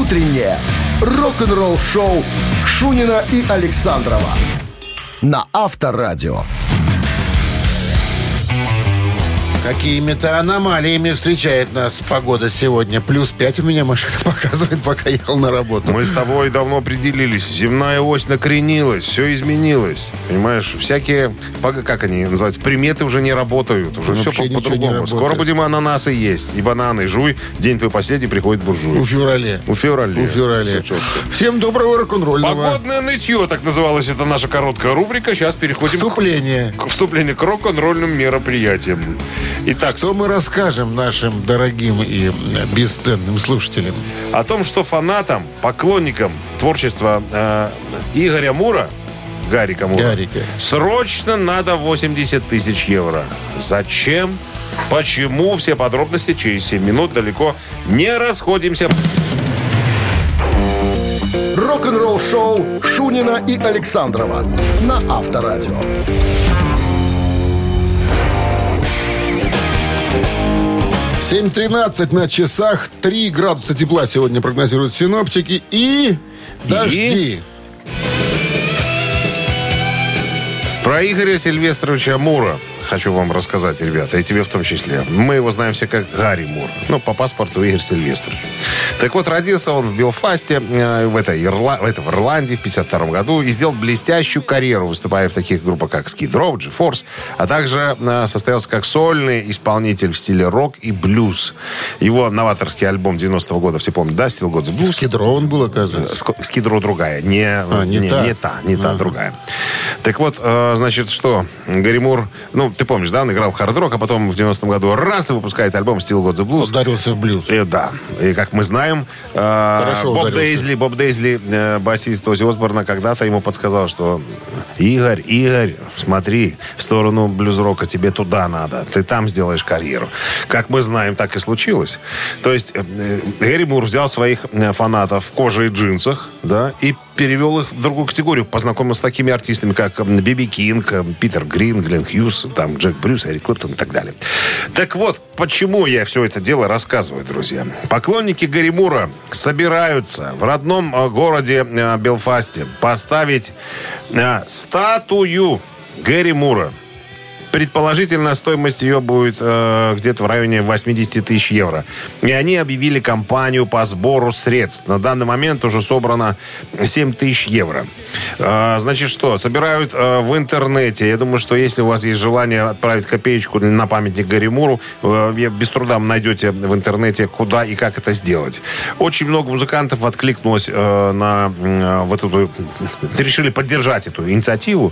Утреннее рок-н-ролл-шоу Шунина и Александрова на Авторадио. Какими-то аномалиями встречает нас погода сегодня. +5 у меня машина показывает, пока ехал на работу. Мы с тобой давно определились. Земная ось накренилась, все изменилось. Понимаешь, всякие, как они называются, приметы уже не работают. Уже все по-другому. Скоро будем ананасы есть. И бананы. Жуй, день твой последний, приходит буржуй. У феврале. Всем доброго рок-н-ролльного. Погодное нытье, так называлась это наша короткая рубрика. Сейчас переходим к рок-н-ролльным мероприятиям. Итак, что мы расскажем нашим дорогим и бесценным слушателям? О том, что фанатам, поклонникам творчества Игоря Мура, Гарика Мура, срочно надо 80 тысяч евро. Зачем? Почему? Все подробности через 7 минут. Далеко не расходимся. Рок-н-ролл-шоу Шунина и Александрова на Авторадио. 7:13 на часах. 3 градуса тепла сегодня прогнозируют синоптики. И дожди. Про Игоря Сильвестровича Мура хочу вам рассказать, ребята, и тебе в том числе. Мы его знаем все как Гарри Мур. Ну, по паспорту Игорь Сильвестрович. Так вот, родился он в Белфасте, в Ирландии в 52 году и сделал блестящую карьеру, выступая в таких группах, как Skid Row, G-Force, а также состоялся как сольный исполнитель в стиле рок и блюз. Его новаторский альбом 90-го года, все помнят, да, Still Got the Blues? Skid Row он был, оказывается. Skid Row другая, не та, другая. Так вот, значит, что? Гарри Мур, ты помнишь, да, он играл в хард-рок, а потом в 90-м году раз и выпускает альбом Still Got the Blues. Ударился в блюз. Да. И как мы знаем, Боб Дейзли, басист Оззи Осборна, когда-то ему подсказал, что Игорь, смотри, в сторону блюз-рока, тебе туда надо. Ты там сделаешь карьеру. Как мы знаем, так и случилось. То есть Гарри Мур взял своих фанатов в коже и джинсах, да, и перевел их в другую категорию, познакомился с такими артистами, как Биби Кинг, Питер Грин, Глен Хьюз, там Джек Брюс, Эрик Клэптон и так далее. Так вот, почему я все это дело рассказываю, друзья? Поклонники Гарри Мура собираются в родном городе Белфасте поставить статую Гарри Мура. Предположительно, стоимость ее будет где-то в районе 80 тысяч евро. И они объявили кампанию по сбору средств. На данный момент уже собрано 7 тысяч евро. Значит, что? Собирают в интернете. Я думаю, что если у вас есть желание отправить копеечку на памятник Гарри Муру, без труда найдете в интернете, куда и как это сделать. Очень много музыкантов откликнулось на вот эту... Решили поддержать эту инициативу.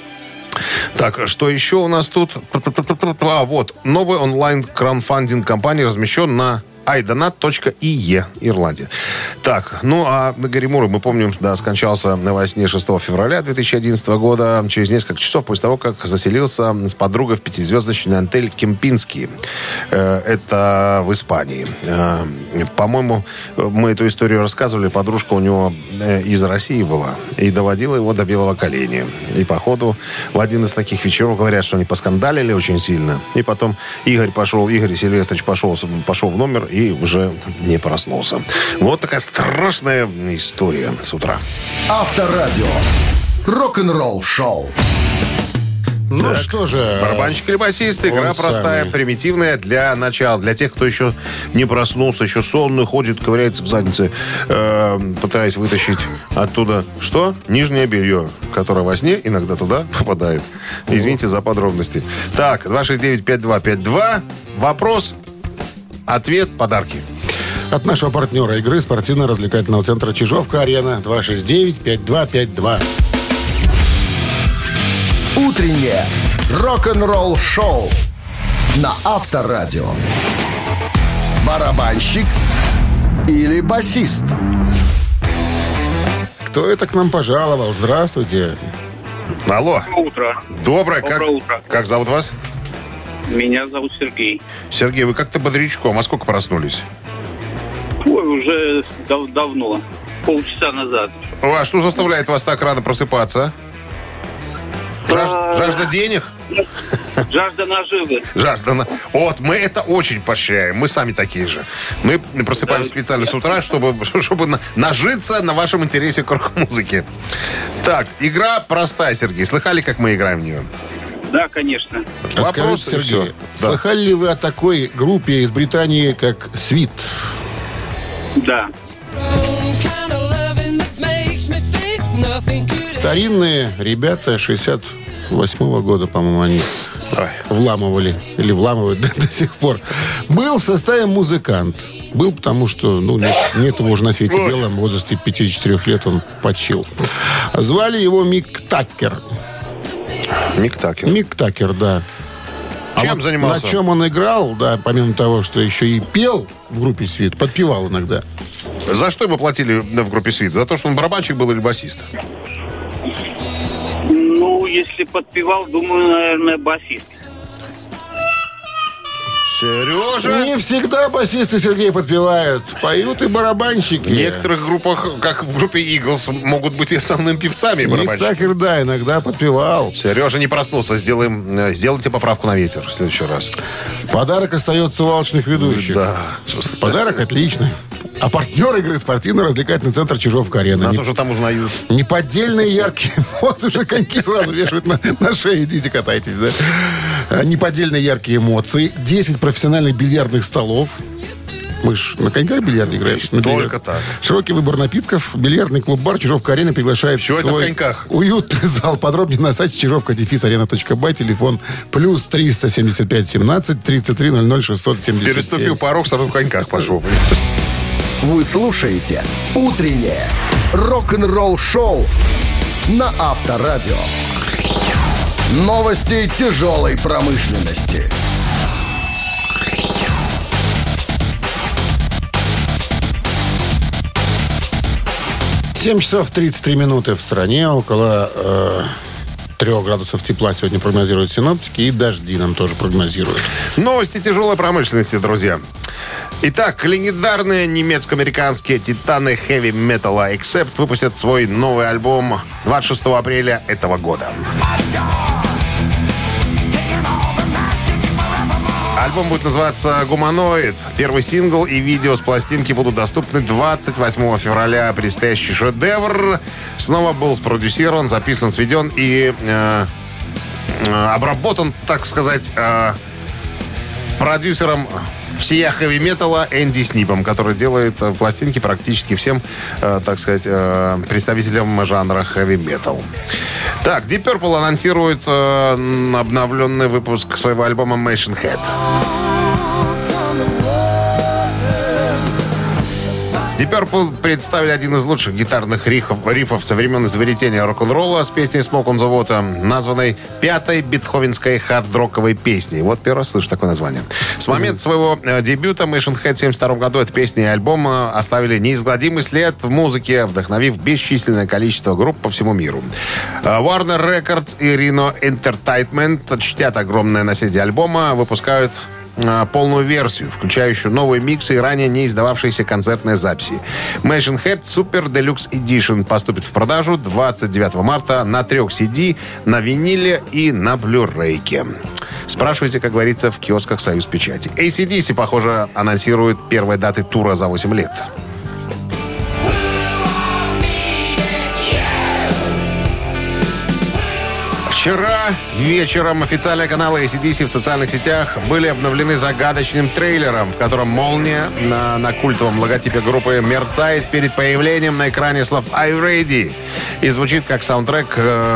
Так, что еще у нас тут? Вот, новый онлайн-краудфандинг-компания размещен на iDonate.ie, Ирландия. Так, а Гарри Мур, мы помним, да, скончался во сне 6 февраля 2011 года, через несколько часов после того, как заселился с подругой в 5-звездочный отель Кемпински. Это в Испании. По-моему, мы эту историю рассказывали, подружка у него из России была и доводила его до белого коленя. И, походу, в один из таких вечеров говорят, что они поскандалили очень сильно. И потом Игорь Сильвестрович пошел в номер и уже не проснулся. Вот такая страшная история с утра. Авторадио. Рок-н-ролл шоу. Ну что же... Барабанщик или басист. Игра простая, примитивная для начала. Для тех, кто еще не проснулся, еще сонный, ходит, ковыряется в заднице, пытаясь вытащить оттуда... Что? Нижнее белье, которое во сне иногда туда попадает. Извините за подробности. Так, 269-5252. Вопрос... Ответ, подарки. От нашего партнера игры спортивно-развлекательного центра «Чижовка-Арена». 269-5252. Утреннее рок-н-ролл-шоу на Авторадио. Барабанщик или басист? Кто это к нам пожаловал? Здравствуйте. Алло. Доброе утро. Доброе утро. Как зовут вас? Меня зовут Сергей. Сергей, вы как-то бодрячком. А сколько проснулись? Ой, уже давно. Полчаса назад. А что заставляет вас так рано просыпаться? Жажда денег? Жажда наживы. Вот, мы это очень поощряем. Мы сами такие же. Мы просыпаемся специально с утра, чтобы нажиться на вашем интересе к рок-музыке. Так, игра простая, Сергей. Слыхали, как мы играем в нее? Да, конечно. Вопрос, Сергей, слыхали ли вы о такой группе из Британии, как Sweet? Да. Старинные ребята 68-го года, по-моему, они вламывали или вламывают до сих пор. Был в составе музыкант. Был, потому что нет его уже на свете белом. В возрасте 54 лет он почил. Звали его Мик Такер. Мик Такер. Мик Такер, да. Чем занимался? На чем он играл, да, помимо того, что еще и пел в группе Sweet, подпевал иногда. За что ему платили в группе Sweet? За то, что он барабанщик был или басист? Ну, если подпевал, думаю, наверное, басист. Сережа? Не всегда басисты, Сергей, подпевают. Поют и барабанщики. В некоторых группах, как в группе Eagles, могут быть и основными певцами и Мик барабанщиками. Такер, да, иногда подпевал. Сережа не проснулся. Сделайте поправку на ветер в следующий раз. Подарок остается у алчных ведущих. Да. Подарок отличный. А партнер игры спортивно-развлекательный центр Чижовка-Арена. Нас уже там узнают. Неподдельные яркие. Вот уже коньки сразу вешают на шею. Идите катайтесь, да? Неподдельные яркие эмоции. 10 профессиональных бильярдных столов. Мы ж на коньках бильярд играем. Только так. Широкий выбор напитков. Бильярдный клуб-бар Чижовка-Арена приглашает Все в это в свой коньках. уютный зал. Подробнее на сайте чижовка-арена.бай. Телефон плюс 375 17 33 00 677. Переступил порог, сразу в коньках пошел. Вы слушаете «Утреннее рок-н-ролл-шоу» на Авторадио. Новости тяжелой промышленности. 7 часов 33 минуты в стране. Около 3 градусов тепла сегодня прогнозируют синоптики. И дожди нам тоже прогнозируют. Новости тяжелой промышленности, друзья. Итак, легендарные немецко-американские титаны хэви-металла Accept выпустят свой новый альбом 26 апреля этого года. Альбом будет называться «Гуманоид». Первый сингл и видео с пластинки будут доступны 28 февраля. Предстоящий шедевр снова был спродюсирован, записан, сведен и обработан, так сказать, продюсером всея хэви-металла Энди Снипом, который делает пластинки практически всем, так сказать, представителям жанра хэви-метал. Так, Deep Purple анонсирует обновленный выпуск своего альбома Machine Head. Deep Purple представили один из лучших гитарных рифов со времен изобретения рок-н-ролла с песней «Smoke on the Water», названной пятой бетховенской хард-роковой песней. Вот первый раз слышу такое название. С момента своего дебюта Machine Head в 1972 году эта песня и альбом оставили неизгладимый след в музыке, вдохновив бесчисленное количество групп по всему миру. Warner Records и Rhino Entertainment чтят огромное наследие альбома, выпускают полную версию, включающую новые миксы и ранее не издававшиеся концертные записи. Machine Head Super Deluxe Edition поступит в продажу 29 марта на 3 CD, на виниле и на Blu-ray. Спрашивайте, как говорится, в киосках «Союз Печати». AC/DC, похоже, анонсирует первые даты тура за 8 лет. Вчера вечером официальные каналы AC/DC в социальных сетях были обновлены загадочным трейлером, в котором молния на культовом логотипе группы мерцает перед появлением на экране слов «I'm ready» и звучит как саундтрек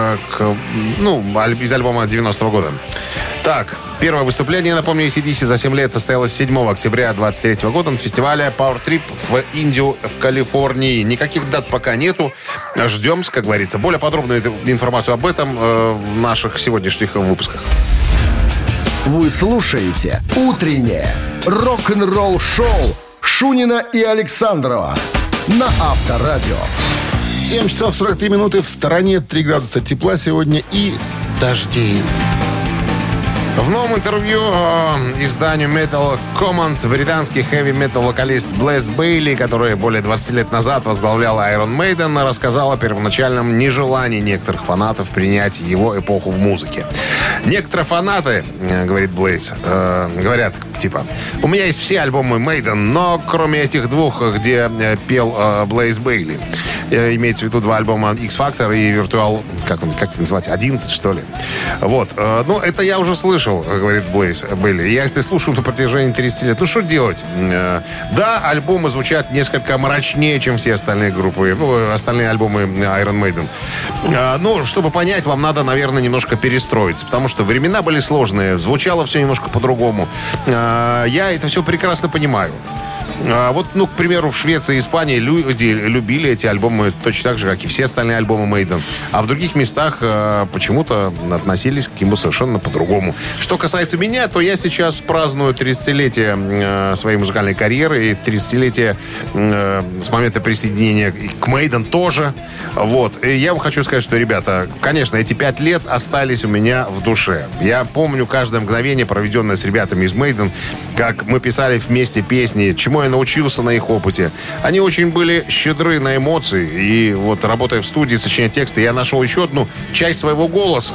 из альбома 90-го года. Так, первое выступление, напомню, AC/DC за 7 лет состоялось 7 октября 23 года на фестивале Power Trip в Индию, в Калифорнии. Никаких дат пока нету. Ждем, как говорится. Более подробную информацию об этом в наших сегодняшних выпусках. Вы слушаете «Утреннее рок-н-ролл-шоу» Шунина и Александрова на Авторадио. 7 часов 43 минуты в стороне. 3 градуса тепла сегодня и дождей. В новом интервью изданию Metal Command британский хэви-метал вокалист Блэз Бейли, который более 20 лет назад возглавлял Iron Maiden, рассказал о первоначальном нежелании некоторых фанатов принять его эпоху в музыке. Некоторые фанаты, говорит Блэз, говорят, типа, у меня есть все альбомы Maiden, но кроме этих двух, где пел Блэз Бейли. Имеется в виду 2 альбома X-Factor и Virtual, как это называть, 11, что ли. Вот. Ну, это я уже слышал, говорит Блэз Бейли. Я это слушаю на протяжении 30 лет. Ну, что делать? Да, альбомы звучат несколько мрачнее, чем все остальные группы, остальные альбомы Iron Maiden. Ну, чтобы понять, вам надо, наверное, немножко перестроиться, потому что времена были сложные, звучало все немножко по-другому. Я это все прекрасно понимаю. Вот, ну, к примеру, в Швеции и Испании люди любили эти альбомы точно так же, как и все остальные альбомы Maiden. А в других местах почему-то относились к нему совершенно по-другому. Что касается меня, то я сейчас праздную 30-летие своей музыкальной карьеры и 30-летие с момента присоединения к Maiden тоже. Вот. И я вам хочу сказать, что, ребята, конечно, эти 5 лет остались у меня в душе. Я помню каждое мгновение, проведенное с ребятами из Maiden, как мы писали вместе песни, чему я научился на их опыте. Они очень были щедры на эмоции. И вот, работая в студии, сочиняя тексты, я нашел еще одну часть своего голоса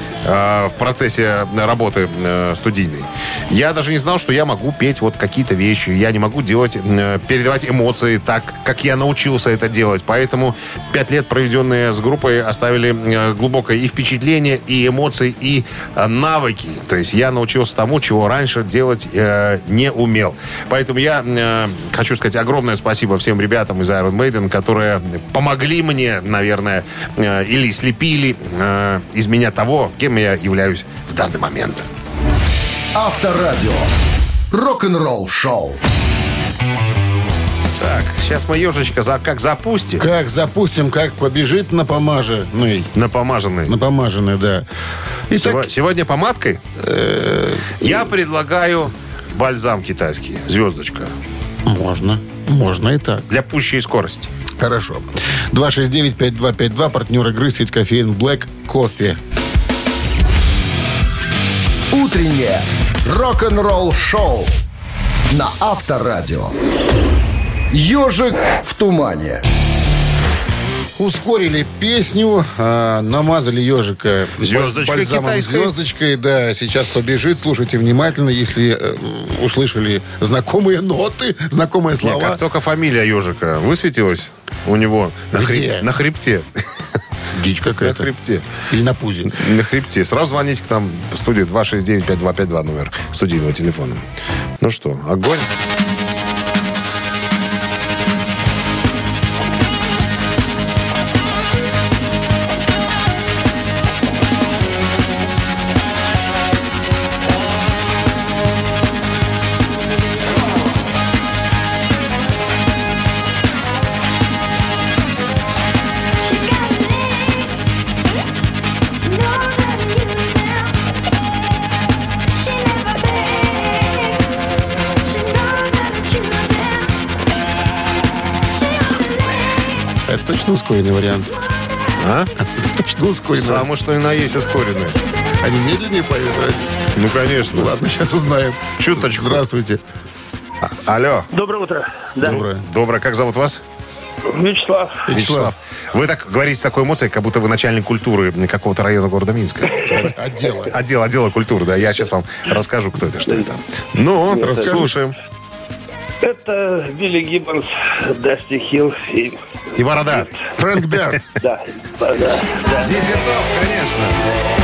в процессе работы студийной. Я даже не знал, что я могу петь вот какие-то вещи. Я не могу передавать эмоции так, как я научился это делать. Поэтому 5 лет, проведенные с группой, оставили глубокое и впечатление, и эмоции, и навыки. То есть я научился тому, чего раньше делать не умел. Поэтому я хочу сказать огромное спасибо всем ребятам из Iron Maiden, которые помогли мне, наверное, или слепили из меня того, кем я являюсь в данный момент. Авторадио. Рок-н-ролл шоу. Так, сейчас мы ежечка как запустим. Как запустим, как побежит напомаженный. Напомаженный, да. Итак, сегодня помадкой? Я предлагаю бальзам китайский. Звездочка. Можно и так. Для пущей скорости. Хорошо. 269-5252, партнер игры, сеть кофеин Black Coffee. Утреннее рок-н-ролл шоу на Авторадио. «Ежик в тумане». Ускорили песню, намазали ежика звездочкой бальзамом китайской. Звездочкой, да, сейчас побежит. Слушайте внимательно, если услышали знакомые ноты, знакомые слова. Как только фамилия ежика высветилась у него на хребте. Дичь какая-то. На хребте. Или на пузе. На хребте. Сразу звоните к нам в студию 269-5252, номер студийного телефона. Ну что, огонь? Это точно ускоренный вариант. А? Это точно ускоренный. Самое что и на есть ускоренное. Они медленнее поют? Ну, конечно. Ладно, сейчас узнаем. Чуточку. Здравствуйте. Алло. Доброе утро. Да. Доброе. Как зовут вас? Вячеслав. Вы так говорите с такой эмоцией, как будто вы начальник культуры какого-то района города Минска. Отдела культуры, да. Я сейчас вам расскажу, кто это, что это. Ну, слушаем. Это Билли Гиббонс, Дасти Хилл И борода. Фрэнк Берт. Да. Зизи Топ, конечно.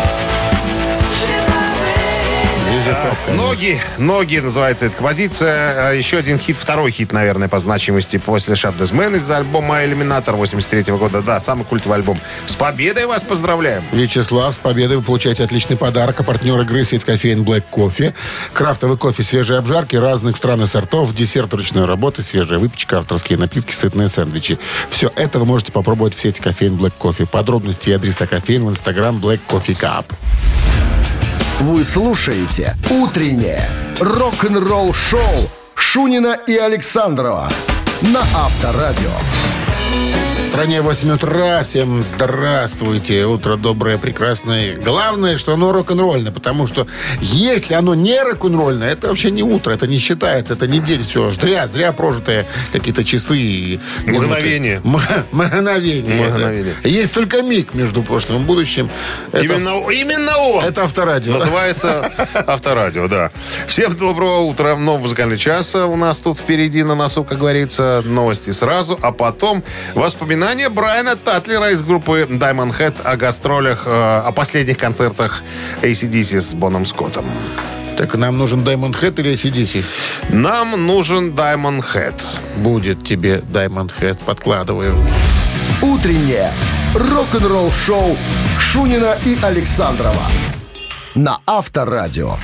Ноги называется эта композиция. Еще один хит, второй хит, наверное, по значимости после Shut This Man из альбома «Элиминатор» 83 года. Да, самый культовый альбом. С победой вас поздравляем! Вячеслав, с победой вы получаете отличный подарок. А партнер игры сеть кофеин Black Coffee. Крафтовый кофе, свежие обжарки разных стран и сортов, десерт ручной работы, свежая выпечка, авторские напитки, сытные сэндвичи. Все это вы можете попробовать в сети кофеин Black Coffee. Подробности и адреса кофеин в Instagram Black Coffee Cup. Вы слушаете «Утреннее рок-н-ролл-шоу» Шунина и Александрова на Авторадио. В стране 8 утра. Всем здравствуйте. Утро доброе, прекрасное. Главное, что оно рок-н-ролльное, потому что если оно не рок-н-ролльное, это вообще не утро, это не считается, это не день. Все, зря прожитые какие-то часы и Мгновение. Мгновение. Есть только миг между прошлым и будущим. Именно он. Это Авторадио. Называется Авторадио, да. Всем доброго утра. Новый музыкальный час у нас тут впереди на носу, как говорится. Новости сразу, а потом воспоминания Брайана Татлера из группы Diamond Head о гастролях, о последних концертах AC/DC с Боном Скоттом. Так, нам нужен Diamond Head или AC/DC? Нам нужен Diamond Head. Будет тебе Diamond Head, подкладываю. Утреннее рок-н-ролл-шоу Шунина и Александрова на Авторадио.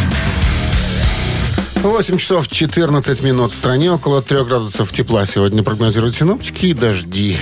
8 часов 14 минут в стране. Около 3 градусов тепла сегодня прогнозируют синоптики и дожди.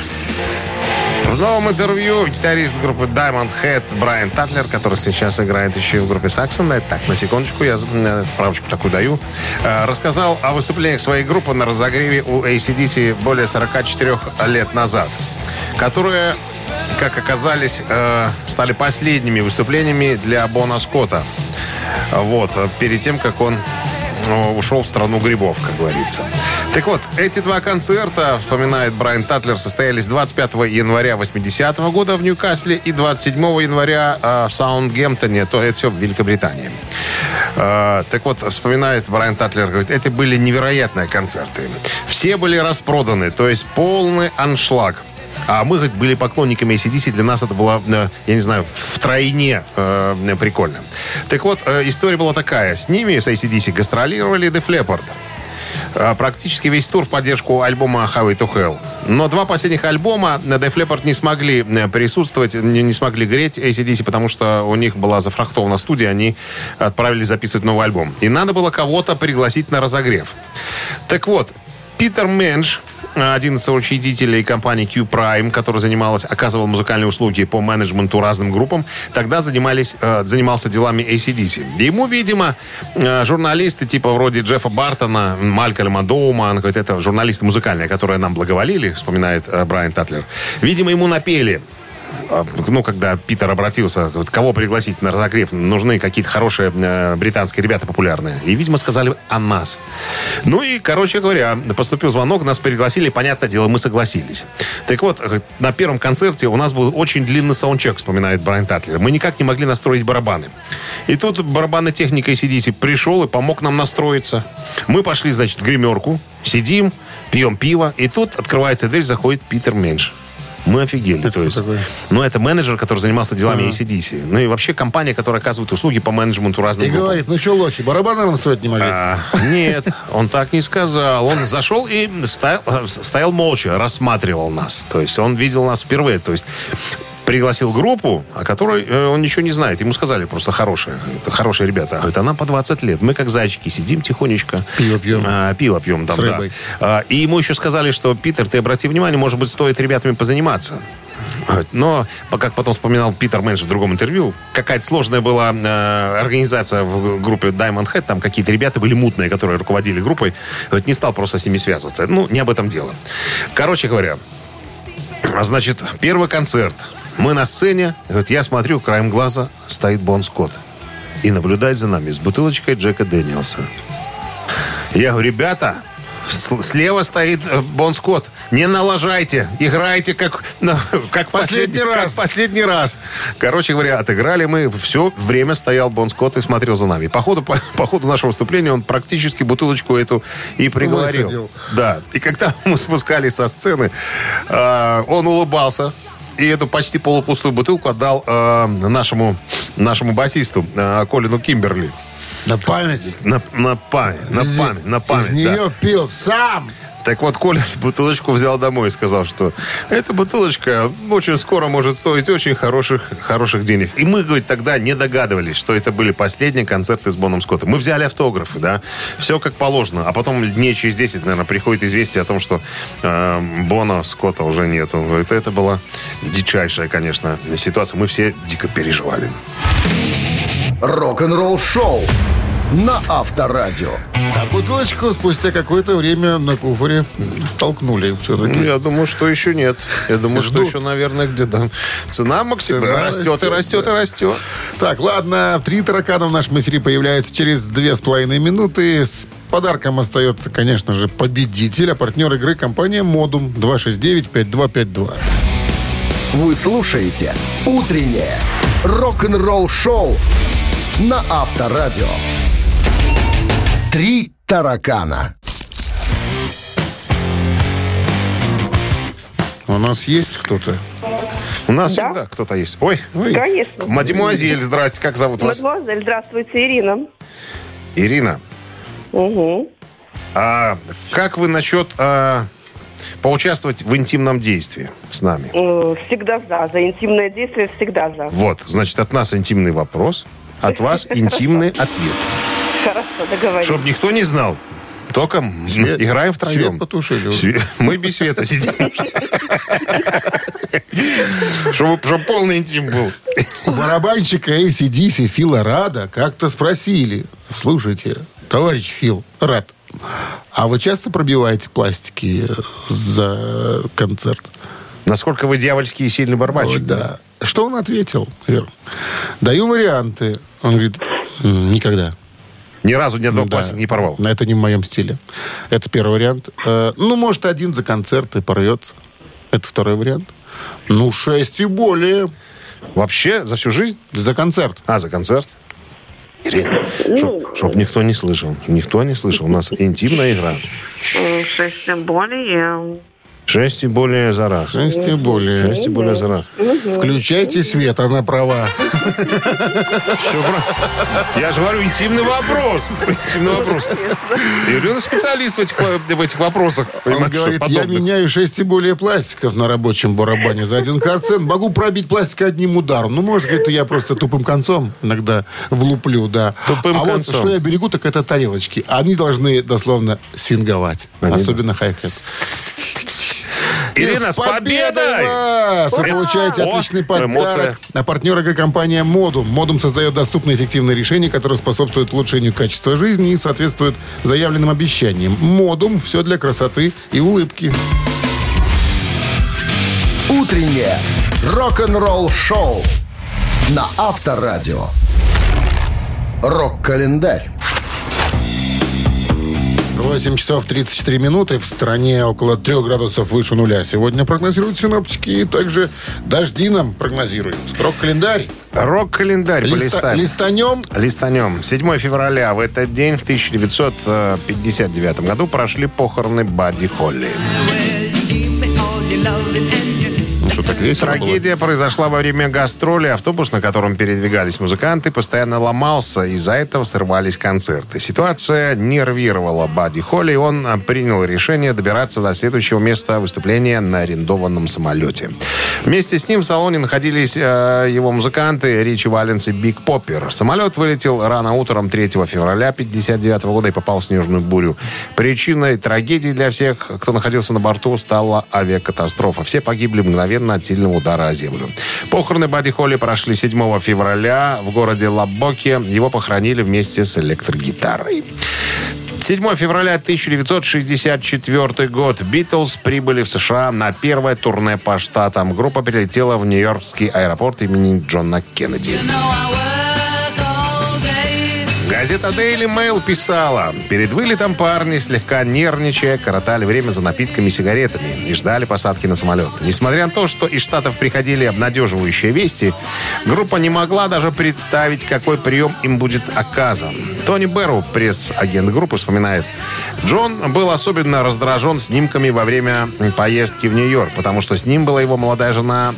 В новом интервью гитарист группы Diamond Head Брайан Татлер, который сейчас играет еще и в группе Saxon, так, на секундочку, я справочку такую даю, рассказал о выступлениях своей группы на разогреве у AC/DC более 44 лет назад, которые, как оказались, стали последними выступлениями для Бона Скотта. Вот, перед тем, как он ушел в страну грибов, как говорится. Так вот, эти два концерта, вспоминает Брайан Татлер, состоялись 25 января 80-го года в Ньюкасле и 27 января в Саундгемптоне, то это все в Великобритании. Так вот, вспоминает Брайан Татлер, говорит, это были невероятные концерты. Все были распроданы, то есть полный аншлаг. А мы, говорит, были поклонниками AC/DC. Для нас это было, я не знаю, втройне прикольно. Так вот, история была такая. С ними, с AC/DC, гастролировали Def Leppard. Практически весь тур в поддержку альбома Highway to Hell. Но два последних альбома Def Leppard не смогли присутствовать, не смогли греть AC/DC, потому что у них была зафрахтована студия, они отправились записывать новый альбом. И надо было кого-то пригласить на разогрев. Так вот, Питер Менш, один из соучредителей компании Q-Prime, который оказывал музыкальные услуги по менеджменту разным группам, тогда занимался делами AC/DC. Ему, видимо, журналисты типа вроде Джеффа Бартона, Малькольма Доума, это журналисты музыкальные, которые нам благоволили, вспоминает Брайан Татлер, видимо, ему напели. Когда Питер обратился, кого пригласить на разогрев, нужны какие-то хорошие британские ребята популярные. И, видимо, сказали о нас. Короче говоря, поступил звонок, нас пригласили, понятное дело, мы согласились. Так вот, на первом концерте у нас был очень длинный саундчек, вспоминает Брайан Татлер. Мы никак не могли настроить барабаны. И тут барабанный техник AC/DC пришел и помог нам настроиться. Мы пошли, значит, в гримерку, сидим, пьем пиво, и тут открывается дверь, заходит Питер Менш. Мы офигели. Это менеджер, который занимался делами AC/DC. И вообще компания, которая оказывает услуги по менеджменту разных групп. И говорит, лохи, барабаны настроить не могли? Нет, он так не сказал. Он зашел и стоял молча, рассматривал нас. То есть он видел нас впервые. То есть пригласил группу, о которой он ничего не знает. Ему сказали просто хорошие ребята. Говорит, а нам по 20 лет. Мы как зайчики сидим тихонечко. Пиво пьем. Там, с рыбой. Да. И ему еще сказали, что, Питер, ты обрати внимание, может быть, стоит ребятами позаниматься. Но, как потом вспоминал Питер Менш в другом интервью, какая-то сложная была организация в группе Diamond Head. Там какие-то ребята были мутные, которые руководили группой. Не стал просто с ними связываться. Не об этом дело. Короче говоря, значит, первый концерт. Мы на сцене, я смотрю, краем глаза стоит Бон Скотт и наблюдает за нами с бутылочкой Джека Дэниелса. Я говорю, ребята, слева стоит Бон Скотт, не налажайте, играйте как последний раз. Короче говоря, отыграли мы, все время стоял Бон Скотт и смотрел за нами. По ходу нашего выступления он практически бутылочку эту и приговорил. Высадил. Да, и когда мы спускались со сцены, он улыбался. И эту почти полупустую бутылку отдал нашему басисту Колину Кимберли. На память? На память. Из нее пил сам. Так вот, Коля бутылочку взял домой и сказал, что эта бутылочка очень скоро может стоить очень хороших денег. И мы, говорит, тогда не догадывались, что это были последние концерты с Боном Скоттом. Мы взяли автографы, да, все как положено. А потом дней через 10, наверное, приходит известие о том, что Бона Скотта уже нету. Это была дичайшая, конечно, ситуация. Мы все дико переживали. Рок-н-ролл шоу на Авторадио. А бутылочку спустя какое-то время на куфоре толкнули все-таки. Я думаю, что еще нет. Я думаю, что Ждут. еще, наверное, где-то цена максимально Цена растет и растет и растет. Так, ладно, 3 таракана в нашем эфире появляются через 2,5 минуты. С подарком остается, конечно же, победитель, а партнер игры компания «Модум» 269-5252. Вы слушаете «Утреннее рок-н-ролл-шоу» на Авторадио. 3 таракана. У нас есть кто-то? У нас Да. всегда кто-то есть. Ой, Конечно. мадемуазель, здрасте, как зовут вас? Мадемуазель, здравствуйте, Ирина. Ирина. Угу. А как вы насчет поучаствовать в интимном действии с нами? Всегда за интимное действие всегда за. Вот, значит, от нас интимный вопрос, от вас интимный ответ. Хорошо, договорились. Чтобы никто не знал. Только играем втроем. Свет потушили. Мы без света сидим. Чтобы полный интим был. У барабанщика AC/DC Фила Рада как-то спросили: слушайте, товарищ Фил Рад, а вы часто пробиваете пластики за концерт? Насколько вы дьявольский и сильный барабанщик. Ой, да. Что он ответил? Ир? Даю варианты. Он говорит: никогда. Ни разу ни одного Да. пластика не порвал. Это не в моем стиле. Это первый вариант. Может, один за концерт и порвется. Это второй вариант. 6 и более. Вообще за всю жизнь? За концерт. За концерт? Ирина, чтоб никто не слышал. Никто не слышал. У нас интимная игра. 6 более. 6 и более за раз. 6 и более. 6 и более за раз. Включайте свет, она права. Все, я же говорю, интимный вопрос. Интимный вопрос. Ирина специалист в этих вопросах. Он Понимаете, говорит: что я подобных. меняю 6 и более пластиков на рабочем барабане за один концерт. Могу пробить пластик одним ударом. Может, говорит, я просто тупым концом иногда влуплю, да. Тупым вот концом. что я берегу, так это тарелочки. Они должны дословно свинговать. Особенно хай-хет. Ирина, с победой! вас! Вы получаете отличный эмоция. подарок. А партнер игры компания «Модум». «Модум» создает доступные и эффективные решения, которые способствуют улучшению качества жизни и соответствуют заявленным обещаниям. «Модум» – все для красоты и улыбки. Утреннее рок-н-ролл-шоу на Авторадио. Рок-календарь. 8 часов 34 минуты. В стране около 3 градусов выше нуля. Сегодня прогнозируют синоптики. И также дожди нам прогнозируют. Рок-календарь. Рок-календарь полистаем. Листанем. 7 февраля. В этот день, в 1959 году, прошли похороны Бадди Холли. Что, так весело Трагедия произошла во время гастролей. Автобус, на котором передвигались музыканты, постоянно ломался. Из-за этого срывались концерты. Ситуация нервировала Бадди Холли, и он принял решение добираться до следующего места выступления на арендованном самолете. Вместе с ним в салоне находились его музыканты Ричи Валенс и Биг Поппер. Самолет вылетел рано утром 3 февраля 1959 года и попал в снежную бурю. Причиной трагедии для всех, кто находился на борту, стала авиакатастрофа. Все погибли мгновенно от сильного удара о землю. Похороны Бадди Холли прошли 7 февраля в городе Лабоке. Его похоронили вместе с электрогитарой. 7 февраля 1964 год. Битлз прибыли в США на первое турне по штатам. Группа прилетела в Нью-Йоркский аэропорт имени Джона Кеннеди. Газета Daily Mail писала: перед вылетом парни, слегка нервничая, коротали время за напитками и сигаретами и ждали посадки на самолет. Несмотря на то, что из Штатов приходили обнадеживающие вести, группа не могла даже представить, какой прием им будет оказан. Тони Берроу, пресс-агент группы, вспоминает: Джон был особенно раздражен снимками во время поездки в Нью-Йорк, потому что с ним была его молодая жена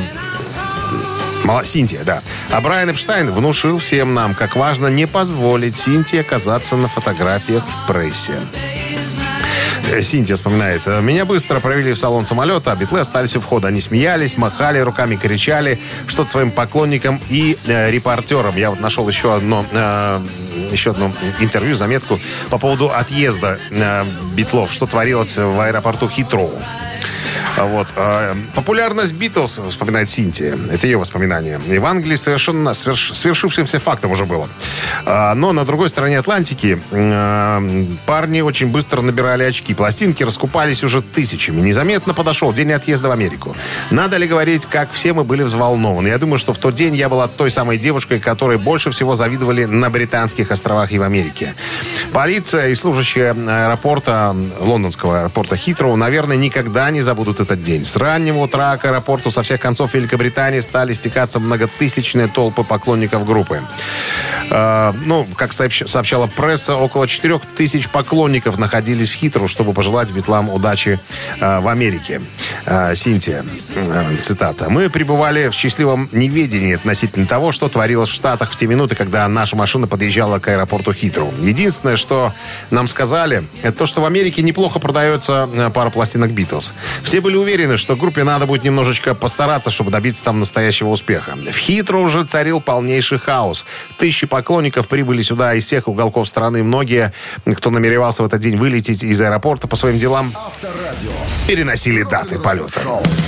Синтия, да. А Брайан Эпштайн внушил всем нам, как важно не позволить Синтии оказаться на фотографиях в прессе. Синтия вспоминает: меня быстро провели в салон самолета, а битлы остались у входа. Они смеялись, махали руками, кричали что-то своим поклонникам и репортерам. Я вот нашел еще одно интервью, заметку по поводу отъезда битлов, что творилось в аэропорту Хитроу. Вот. Популярность Битлз, вспоминает Синтия, это ее воспоминания, и в Англии совершенно свершившимся фактом уже было. Но на другой стороне Атлантики парни очень быстро набирали очки. Пластинки раскупались уже тысячами. Незаметно подошел день отъезда в Америку. Надо ли говорить, как все мы были взволнованы? Я думаю, что в тот день я была той самой девушкой, которой больше всего завидовали на Британских островах и в Америке. Полиция и служащие аэропорта, лондонского аэропорта Хитроу, наверное, никогда не забудут этот день. С раннего утра к аэропорту со всех концов Великобритании стали стекаться многотысячные толпы поклонников группы. Как сообщала пресса, около 4000 поклонников находились в Хитроу, чтобы пожелать Битлам удачи в Америке. Синтия, цитата. «Мы пребывали в счастливом неведении относительно того, что творилось в Штатах в те минуты, когда наша машина подъезжала к аэропорту Хитроу. Единственное, что нам сказали, это то, что в Америке неплохо продается пара пластинок Битлз. Все были уверены, что группе надо будет немножечко постараться, чтобы добиться там настоящего успеха. В Хитроу уже царил полнейший хаос. Тысячи поклонников прибыли сюда из всех уголков страны. Многие, кто намеревался в этот день вылететь из аэропорта по своим делам, переносили даты полета».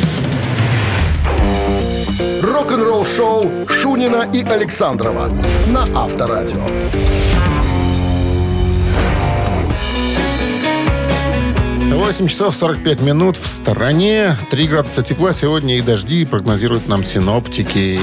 Рок-н-ролл шоу Шунина и Александрова на Авторадио. 8 часов 45 минут в стороне. 3 градуса тепла. Сегодня и дожди прогнозируют нам синоптики.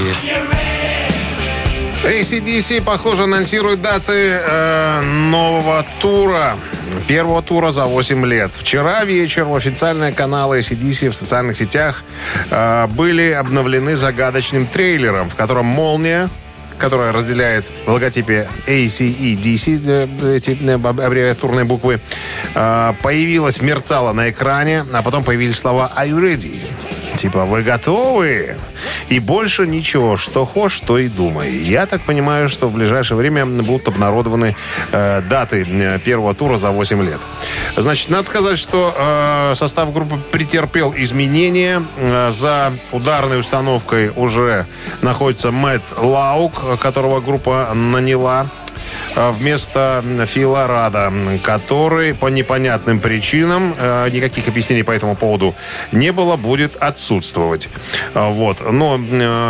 AC/DC, похоже, анонсирует даты нового тура. Первого тура за 8 лет. Вчера вечером официальные каналы AC/DC в социальных сетях были обновлены загадочным трейлером, в котором молния, которая разделяет в логотипе AC и DC, эти аббревиатурные буквы, появилась, мерцала на экране, а потом появились слова «Are you ready?» Типа «Вы готовы?» И больше ничего. Что хочешь, то и думай. Я так понимаю, что в ближайшее время будут обнародованы даты первого тура за 8 лет. Значит, надо сказать, что состав группы претерпел изменения. За ударной установкой уже находится Мэтт Лаук, которого группа наняла вместо Фила Рада, который по непонятным причинам, никаких объяснений по этому поводу не было, будет отсутствовать. Вот. Но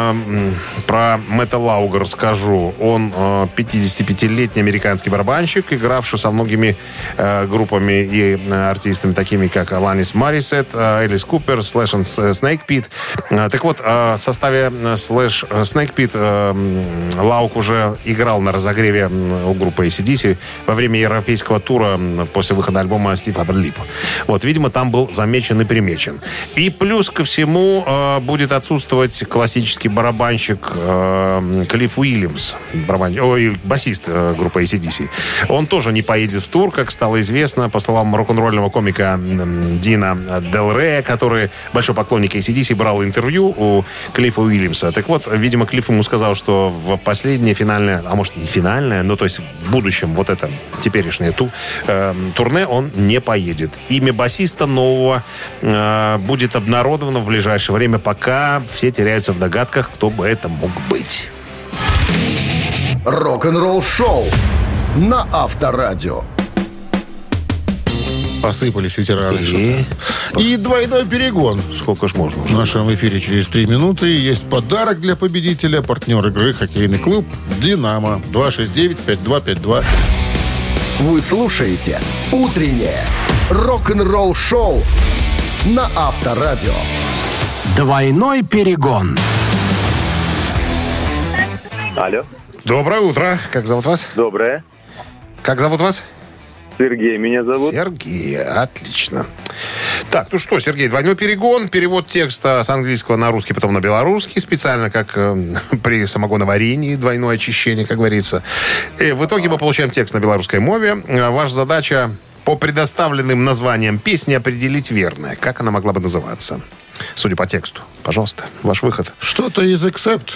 про Мэтта Лауга расскажу. Он 55-летний американский барабанщик, игравший со многими группами и артистами, такими как Аланис Морисет, Элис Купер, Slash and Snake Pit. Так вот, в составе Slash Snake Pit Лауг уже играл на разогреве у группы AC/DC во время европейского тура после выхода альбома Steve Upper Lip. Вот, видимо, там был замечен и примечен. И плюс ко всему будет отсутствовать классический барабанщик Клифф Уильямс, басист группы AC/DC. Он тоже не поедет в тур, как стало известно, по словам рок-н-ролльного комика Дина Дел Рея, который большой поклонник AC/DC, брал интервью у Клиффа Уильямса. Так вот, видимо, Клифф ему сказал, что в последнее финальное, а может не финальное, но то есть в будущем вот это теперешнее турне он не поедет. Имя басиста нового будет обнародовано в ближайшее время, пока все теряются в догадках, кто бы это мог быть. Рок-н-ролл шоу на Авторадио. Посыпались ветераны. И двойной перегон. Сколько ж можно? В нашем эфире через 3 минуты есть подарок для победителя. Партнер игры хоккейный клуб «Динамо». 269-5252. Вы слушаете «Утреннее рок-н-ролл шоу» на Авторадио. Двойной перегон. Алло. Доброе утро. Как зовут вас? Доброе. Как зовут вас? Сергей меня зовут. Сергей, отлично. Так, ну что, Сергей, двойной перегон, перевод текста с английского на русский, потом на белорусский, специально как при самогоноварении, двойное очищение, как говорится. И в итоге мы получаем текст на белорусской мове. Ваша задача по предоставленным названиям песни определить верное. Как она могла бы называться? Судя по тексту. Пожалуйста, ваш выход. Что-то из «Эксепт».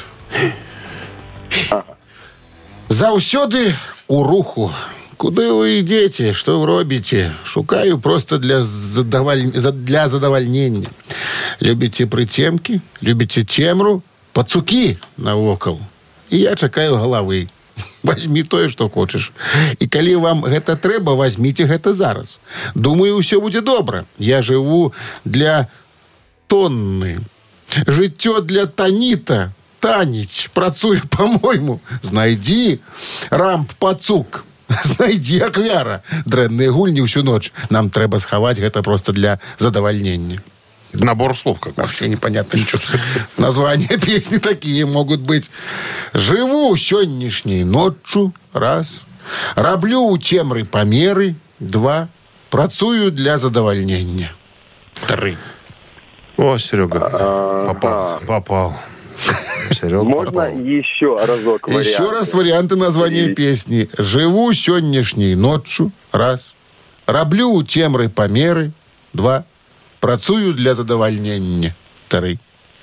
Заўсёды у руху. Куды вы ідзеце, што вы робіце? Шукаю просто для задавальнення. Любіце прыцемкі, любіце цемру, пацукі навокал. І я чакаю галавы. Возьми тое, што хочаш. І калі вам гэта трэба, возьміце гэта зараз. Думаю, ўсё будзе добра. Я жыву для тонны. Життя для Таніта. Таніч, працує, по-моєму. Знайди рамп пацук. Знайди аквяра. Дрэнныя гульні всю ночь. Нам трэба схаваць гэта просто для задовольнения. Набор слов какой-то. Вообще непонятно ничего. Названия песни такие могут быть. Живу сённяшней ночью. Раз. Раблю у цемры померы. Два. Працую для задовольнения. Три. О, Серега. Попал. Серега Можно попал. еще разок варианты? Еще раз варианты названия песни. Живу сённяшней ночью. Раз. Раблю у цемры померы. Два. Працую для задовольнения. Три.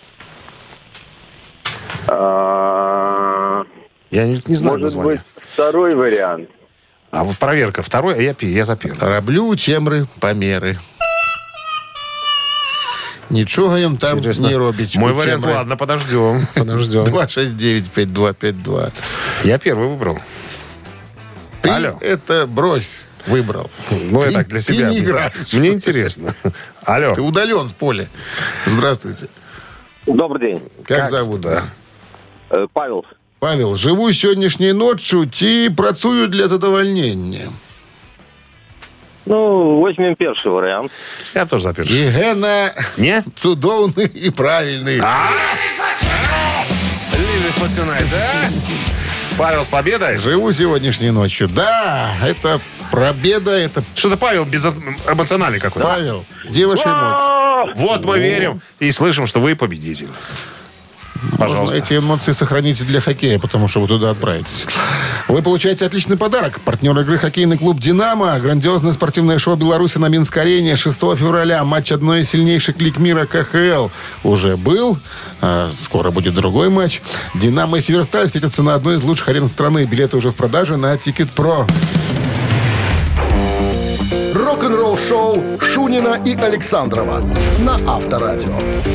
Я не знаю Может название. быть, второй вариант? А вот проверка второй, а я за первый. Раблю у цемры померы. Ничего им там Интересно. не робить. Мой у вариант, цемры. ладно, подождем. 269-5252. Я первый выбрал. Ты Алло. это брось. Выбрал. Ну, я Ты- так для ты себя. не играешь. Мне интересно. Алло. Ты удален с поля. Здравствуйте. Добрый день. Как зовут? Да. Павел. Павел, живу сённяшней ночью, ті працую для задовольнения. Ну, возьмем первый вариант. Я тоже за первый. Євгена Не? цудовный и правильный. Living for tonight, да? Павел с победой. Живу сегодняшней ночью. Да, это победа, это Что-то Павел безэмоциональный какой-то. Павел. Где ваши эмоции? Вот мы верим и слышим, что вы победитель. Пожалуйста. Можно эти эмоции сохраните для хоккея, потому что вы туда отправитесь. Вы получаете отличный подарок. Партнер игры хоккейный клуб «Динамо». Грандиозное спортивное шоу Беларуси на Минской арене 6 февраля. Матч одной из сильнейших лиг мира КХЛ уже был. Скоро будет другой матч. «Динамо» и «Северсталь» встретятся на одной из лучших арен страны. Билеты уже в продаже на Тикет.Про. Рок-н-ролл-шоу Шунина и Александрова на Авторадио.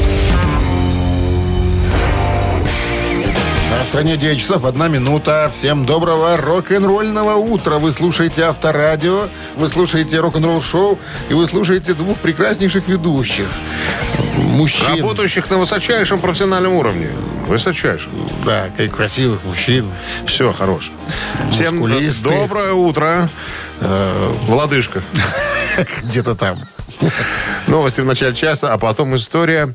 А в стране 9 часов 1 минута. Всем доброго рок-н-ролльного утра. Вы слушаете Авторадио, вы слушаете рок-н-ролл-шоу, и вы слушаете двух прекраснейших ведущих. Мужчин. Работающих на высочайшем профессиональном уровне. Высочайшем. Да, и красивых мужчин. Все, хорош. Всем Мускулисты. доброе утро. Владышка. Где-то там. Новости в начале часа, а потом история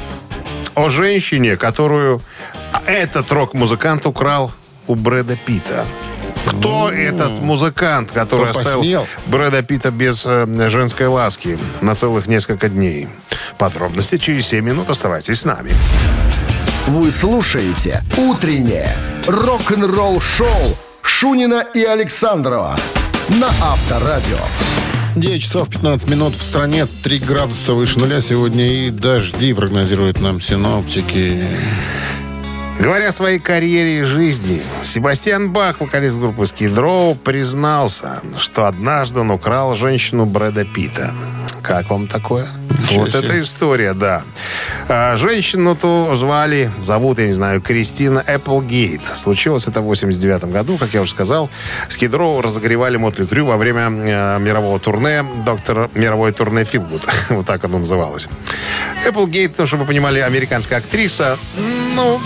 о женщине, которую этот рок-музыкант украл у Брэда Питта. Кто этот музыкант, который Кто оставил посмел? Брэда Питта без женской ласки на целых несколько дней? Подробности через 7 минут. Оставайтесь с нами. Вы слушаете «Утреннее рок-н-ролл-шоу» Шунина и Александрова на Авторадио. 9 часов 15 минут в стране, 3 градуса выше нуля сегодня и дожди прогнозируют нам синоптики. Говоря о своей карьере и жизни, Себастьян Бах, вокалист группы Skid Row, признался, что однажды он украл женщину Брэда Питта. Как вам такое? Вот себе. эта история, да. Женщину-то зовут, я не знаю, Кристина Эпплгейт. Случилось это в 89 году, как я уже сказал. Skid Row разогревали Мотли Крю во время мирового турне, мировое турне Филгуд. Вот так оно называлось. Эпплгейт, чтобы вы понимали, американская актриса. Ну,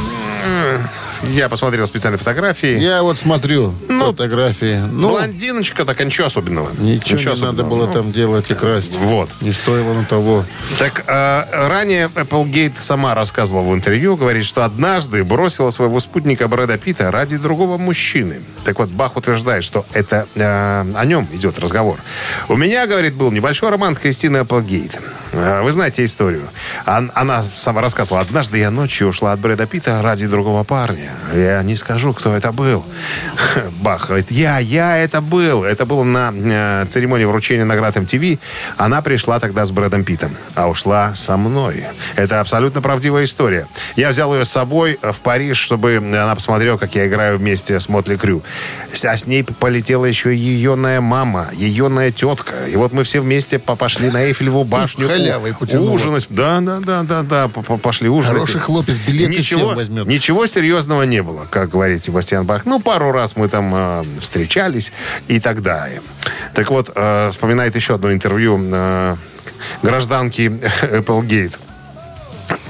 я посмотрел специальные фотографии. Я вот смотрю фотографии. Ну, Блондиночка, так ничего особенного. ничего не надо особенного. было там делать и красть. Вот. Не стоило на того. Так, ранее Эпплгейт сама рассказывала в интервью, говорит, что однажды бросила своего спутника Брэда Питта ради другого мужчины. Так вот, Бах утверждает, что это о нем идет разговор. У меня, говорит, был небольшой роман с Кристиной Эпплгейт. Вы знаете историю. Она сама рассказывала, однажды я ночью ушла от Брэда Питта ради другого парня. Я не скажу, кто это был. Бах говорит, я это был. Это было на церемонии вручения наград MTV. Она пришла тогда с Брэдом Питтом, а ушла со мной. Это абсолютно правдивая история. Я взял ее с собой в Париж, чтобы она посмотрела, как я играю вместе с Мотли Крю. А с ней полетела еще ее мама, ее тетка. И вот мы все вместе пошли на Эйфелеву башню. Халявой потянуло. Ужинать. Да. Пошли ужинать. Хороший хлопец, билеты всем возьмет. Ничего серьезного не было, как говорит Себастьян Бах. Ну, пару раз мы там встречались и так далее. Так вот, вспоминает еще одно интервью гражданки Эпплгейт.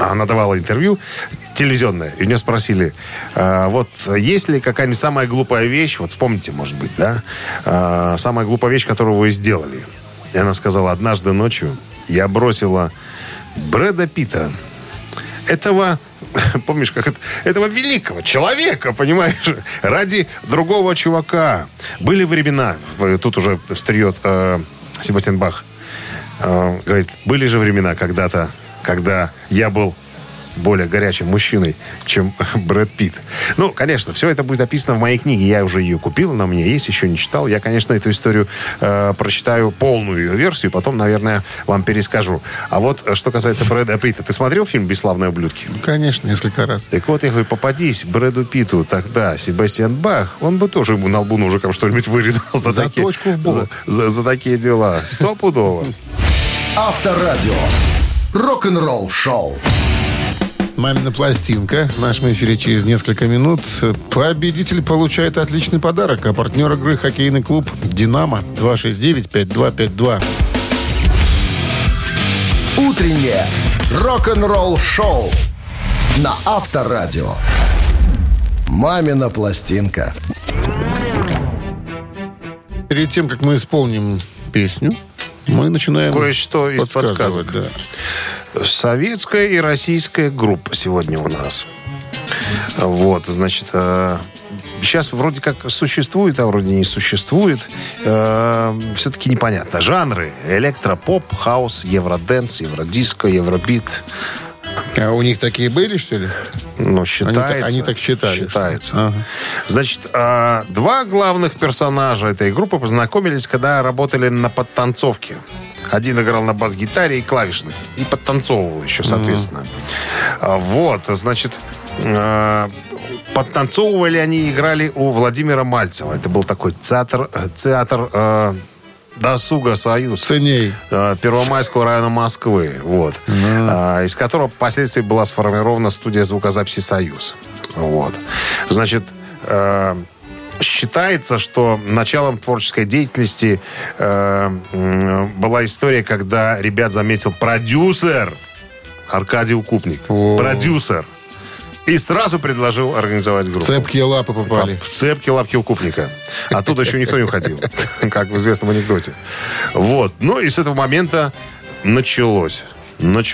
она давала интервью телевизионное, и у нее спросили, вот есть ли какая-нибудь самая глупая вещь, вот вспомните, может быть, да, самая глупая вещь, которую вы сделали. И она сказала: однажды ночью я бросила Брэда Питта, этого, помнишь, как это, этого великого человека, понимаешь, ради другого чувака. Были времена, тут уже встает Себастьян Бах, говорит, были же времена когда-то, когда я был более горячим мужчиной, чем Брэд Питт. Ну, конечно, все это будет описано в моей книге. Я уже ее купил, она у меня есть, еще не читал. Я, конечно, эту историю прочитаю, полную ее версию, потом, наверное, вам перескажу. А вот, что касается Брэда Питта. Ты смотрел фильм «Бесславные ублюдки»? Конечно, несколько раз. Так вот, я говорю, попадись Брэду Питту тогда Себастьян Бах, он бы тоже ему на лбу ножиком что-нибудь вырезал за такие, точку в бок. за такие дела. Стопудово. Авторадио. Рок-н-ролл шоу. «Мамина пластинка». В нашем эфире через несколько минут. Победитель получает отличный подарок. А партнер игры — хоккейный клуб «Динамо». 269-5252. Утреннее рок-н-ролл шоу на Авторадио. «Мамина пластинка». Перед тем, как мы исполним песню, мы начинаем Кое-что из подсказывать. подсказок. Советская и российская группа сегодня у нас. Вот, значит, сейчас вроде как существует, а вроде не существует. Все-таки непонятно. Жанры: электропоп, хаус, евродэнс, евродиско, евробит. А у них такие были, что ли? Ну, считается. Они так считали. Считается. Ага. Значит, два главных персонажа этой группы познакомились, когда работали на подтанцовке. Один играл на бас-гитаре и клавишных. И подтанцовывал еще, соответственно. Вот, значит, подтанцовывали они, играли у Владимира Мальцева. Это был такой театр досуга «Союз». Ценей. Первомайского района Москвы. Вот. Из которого впоследствии была сформирована студия звукозаписи «Союз». Вот. Значит, считается, что началом творческой деятельности была история, когда ребят заметил продюсер Аркадий Укупник. Продюсер. И сразу предложил организовать группу. Цепкие лапы попали. В цепкие лапки Укупника. Оттуда еще никто не уходил, как в известном анекдоте. Вот. Ну и с этого момента началось. Ну,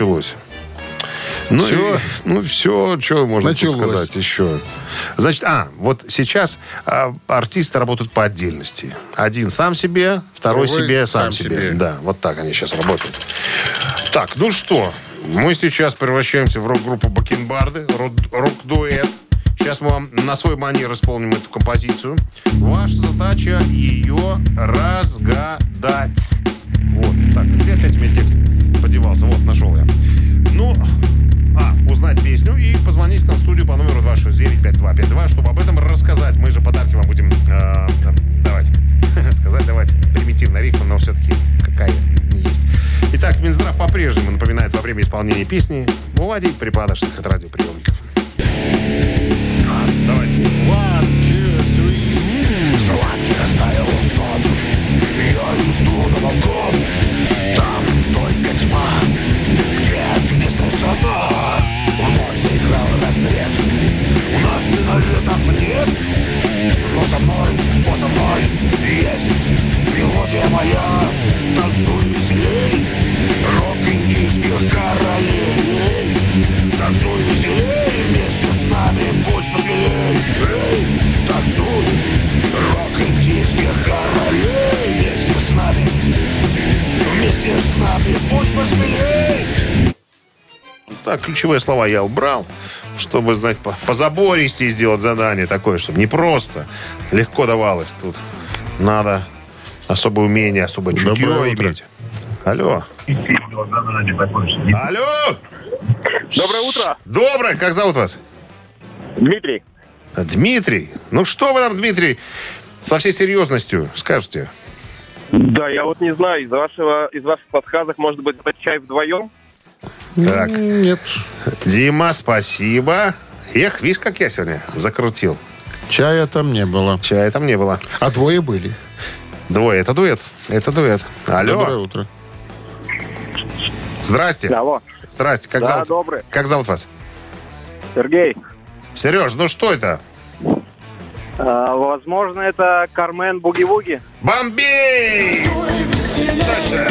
все, что можно сказать еще. Значит, вот сейчас артисты работают по отдельности. Один сам себе, второй себе, сам себе. Да, вот так они сейчас работают. Так, ну что, мы сейчас превращаемся в рок-группу «Бакенбарды», рок-дуэт. Сейчас мы вам на свой манер исполним эту композицию. Ваша задача ее разгадать. Вот, так, где опять у меня текст подевался? Вот, нашел я. Ну, узнать песню и позвонить нам в студию по номеру 269-5252, чтобы об этом рассказать. Мы же подарки вам будем давать. Давать примитивно рифма, но все-таки какая есть. Итак, Минздрав по-прежнему напоминает во время исполнения песни уводить припадочных от радиоприемников. Давайте. 1, 2, 3. Сладкий растаял сон. Я иду на балкон. Там только тьма. Где чудесная страна? Вновь заиграл рассвет. У нас минаретов нет. Но за мной, поза мной есть мелодия моя. Танцуй веселей, рок индийских королей. Танцуй веселей, вместе с нами будь посмелей. Эй, танцуй, рок индийских королей. Вместе с нами будь посмелей. Так, ключевые слова я убрал, чтобы, знаете, позабористее сделать задание такое, чтобы не просто легко давалось. Тут надо особое умение, особое чутье иметь. Алло. Алло. Доброе утро. Доброе. Как зовут вас? Дмитрий. Дмитрий. Ну что вы нам, Дмитрий, со всей серьезностью скажете? Да, я вот не знаю, из ваших подсказок, может быть, это чай вдвоем? Так. Нет. Дима, спасибо. Эх, видишь, как я сегодня закрутил. Чая там не было. Чая там не было. А двое были. Двое. Это дуэт. Это дуэт. Алло. Доброе утро. Здрасте. Алло. Здрасте. Как Да, зовут? добрый. Как зовут вас? Сергей. Сереж, ну что это? Возможно, это Кармен Буги-Вуги. Бомбей! Дальше.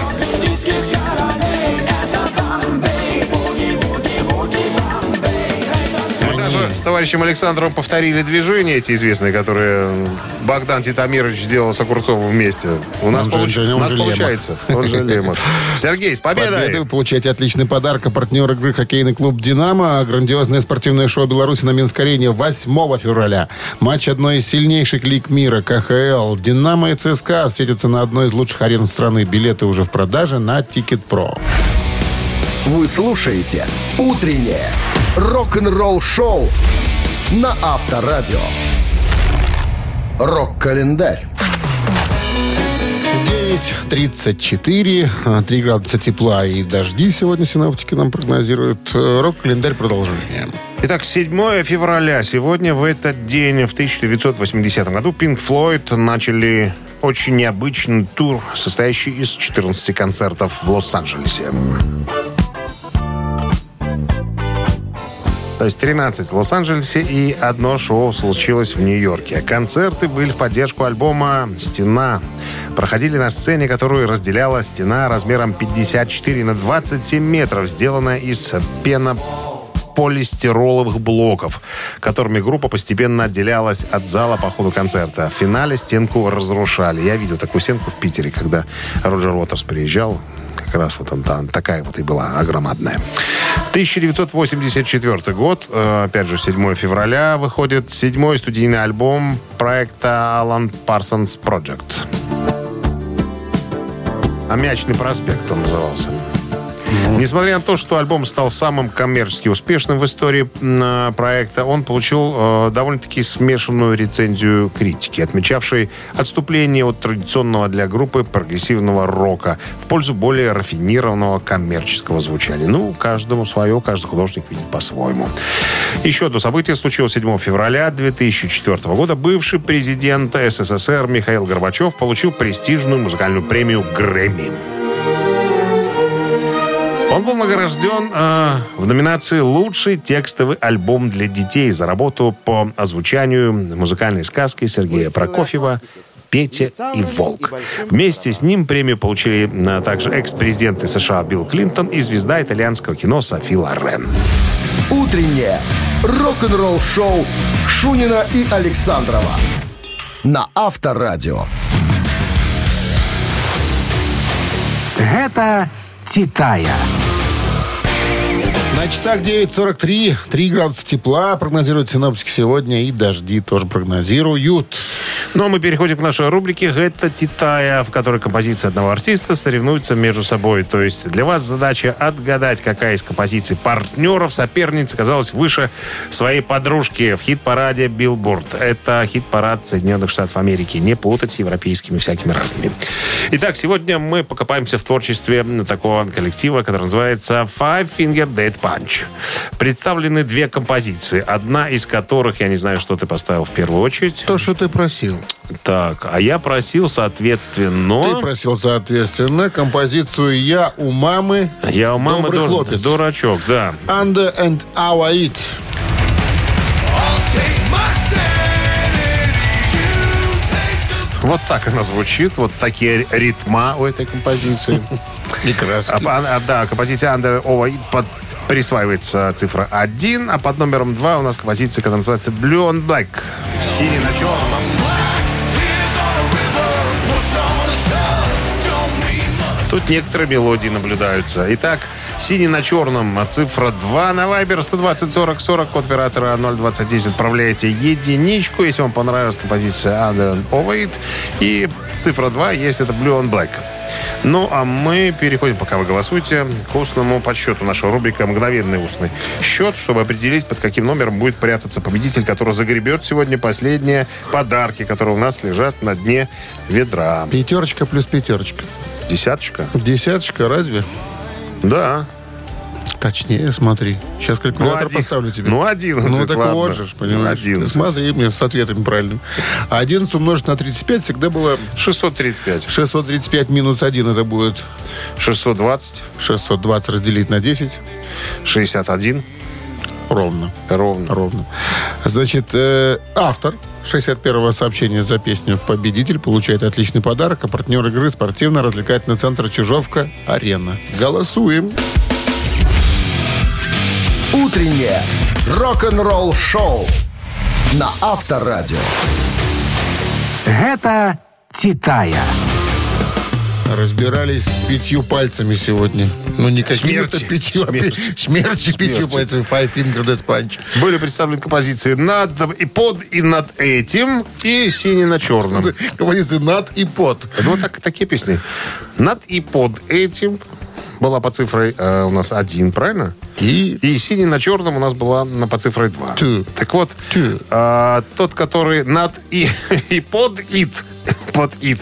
Мы даже с товарищем Александром повторили движения эти известные, которые Богдан Титамирович сделал с Огурцовым вместе. У нас, Он же получается. Он же Лемах. Сергей, с победой! Вы получаете отличный подарок. А партнер игры хоккейный клуб «Динамо». Грандиозное спортивное шоу Беларуси на Минск-арене 8 февраля. Матч одной из сильнейших лиг мира КХЛ. «Динамо» и ЦСКА встретятся на одной из лучших арен страны. Билеты уже в продаже на Тикет.Про. Вы слушаете «Утреннее рок-н-ролл-шоу» на Авторадио. Рок-календарь. 9:34, 3 градуса тепла и дожди сегодня синоптики нам прогнозируют. Рок-календарь продолжение. Итак, 7 февраля. Сегодня, в этот день, в 1980 году, Pink Floyd начали очень необычный тур, состоящий из 14 концертов в Лос-Анджелесе. То есть 13 в Лос-Анджелесе и одно шоу случилось в Нью-Йорке. Концерты были в поддержку альбома «Стена». Проходили на сцене, которую разделяла стена размером 54 на 27 метров, сделанная из полистироловых блоков, которыми группа постепенно отделялась от зала по ходу концерта. В финале стенку разрушали. Я видел такую стенку в Питере, когда Роджер Уотерс приезжал. Как раз вот она такая вот и была, огромадная. 1984 год, опять же, 7 февраля, выходит 7-й студийный альбом проекта Alan Parsons Project. «Аммиачный проспект» он назывался. Несмотря на то, что альбом стал самым коммерчески успешным в истории проекта, он получил довольно-таки смешанную рецензию критики, отмечавшей отступление от традиционного для группы прогрессивного рока в пользу более рафинированного коммерческого звучания. Ну, каждому свое, каждый художник видит по-своему. Еще одно событие случилось 7 февраля 2004 года. Бывший президент СССР Михаил Горбачев получил престижную музыкальную премию «Грэмми». Он был награжден в номинации «Лучший текстовый альбом для детей» за работу по озвучанию музыкальной сказки Сергея Прокофьева «Петя и волк». Вместе с ним премию получили также экс-президенты США Билл Клинтон и звезда итальянского кино Софи Лорен. Утреннее рок-н-ролл-шоу Шунина и Александрова на Авторадио. Гэта «Титая». На часах 9:43, 3 градуса тепла прогнозируют синоптики сегодня, и дожди тоже прогнозируют. Ну, а мы переходим к нашей рубрике «Это Титая», в которой композиции одного артиста соревнуются между собой. То есть для вас задача отгадать, какая из композиций партнеров, соперниц оказалась выше своей подружки в хит-параде Billboard. Это хит-парад Соединенных Штатов Америки. Не путать с европейскими всякими разными. Итак, сегодня мы покопаемся в творчестве такого коллектива, который называется Five Finger Death Punch. Представлены две композиции, одна из которых, я не знаю, что ты поставил в первую очередь. То, что ты просил. Так, а я просил, соответственно... Ты просил, соответственно, композицию «Я у мамы». Я у мамы «Добрый хлопец». Дурачок, да. «Under and Our It». Вот так она звучит, вот такие ритма у этой композиции. И краски. Да, композиция Under Over It присваивается цифра 1, а под номером 2 у нас композиция, которая называется Blue on Black. Синий на черном. Тут некоторые мелодии наблюдаются. Итак, синий на черном, цифра 2 на Viber 120 40 40, код оператора 029. Отправляете единичку, если вам понравилась композиция Under and Over It. И цифра 2, есть это Blue on Black. Ну, а мы переходим, пока вы голосуете, к устному подсчету. Наша рубрика «Мгновенный устный счет», чтобы определить, под каким номером будет прятаться победитель, который загребет сегодня последние подарки, которые у нас лежат на дне ведра. 5 плюс 5. Десяточка? Десяточка, разве? Да. Точнее, смотри. Сейчас калькулятор поставлю тебе. 11, Ну, так ладно. вот же, понимаешь. 11. Смотри, мне с ответами правильно. 11 умножить на 35 всегда было 635. 635 минус 1. Это будет 620. 620 разделить на 10. 61. Ровно. Ровно. Значит, автор 61-го сообщения за песню «Победитель» получает отличный подарок, а партнер игры спортивно-развлекательный центр «Чижовка-Арена». Голосуем. Утреннее рок-н-ролл-шоу на Авторадио. Гэта «Титая». Разбирались с 5 пальцами сегодня. Ну, не какими-то 5, а смерти 5 пальцами. Five Finger Death Punch. Были представлены композиции «Над и под» и «Над этим» и «Синий на черном». Композиции «Над» и «Под». Ну, такие песни. «Над и под этим» была по цифрой у нас 1, правильно? И «Синий на черном» у нас была по цифрой 2. Так вот, тот, который «Над и под ит», под ит.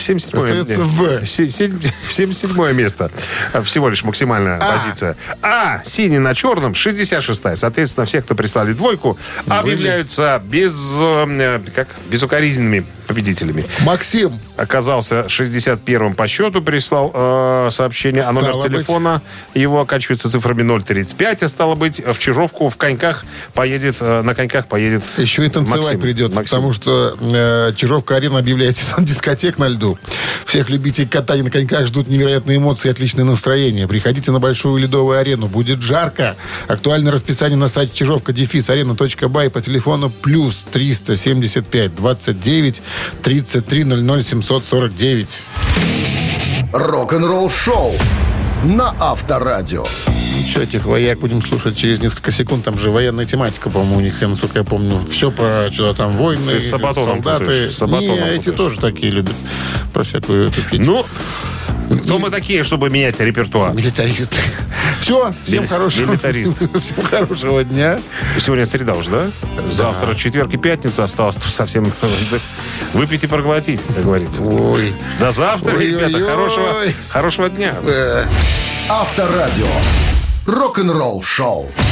77-е место. Всего лишь максимальная позиция. А «Синий на черном» 66-я. Соответственно, все, кто прислали двойку, объявляются безукоризненными победителями. Максим оказался 61-м по счету, прислал сообщение, а номер телефона его оканчивается цифрами 035, а стало быть, в Чижовку на коньках поедет еще и танцевать Максим. придется, потому что Чижовка-Арена объявляет сезон дискотек на льду. Всех любителей катания на коньках ждут невероятные эмоции и отличное настроение. Приходите на большую ледовую арену. Будет жарко. Актуальное расписание на сайте чижовка-арена.бай по телефону плюс 375 29 33 00 749. Рок-н-ролл-шоу на Авторадио. Что, этих вояк будем слушать через несколько секунд. Там же военная тематика, по-моему, у них, насколько я помню. Все про что-то там войны, Ты с Сабатоном солдаты. Не, эти тоже такие любят. Про всякую эту пить. Ну, кто мы такие, чтобы менять репертуар? Милитаристы. Все, всем хорошего. Всем хорошего дня. Сегодня среда уже, да? Завтра четверг и пятница осталось совсем выпить и проглотить, как говорится. Ой. До завтра, ребята. Хорошего дня. Авторадио. Рок-н-ролл-шоу.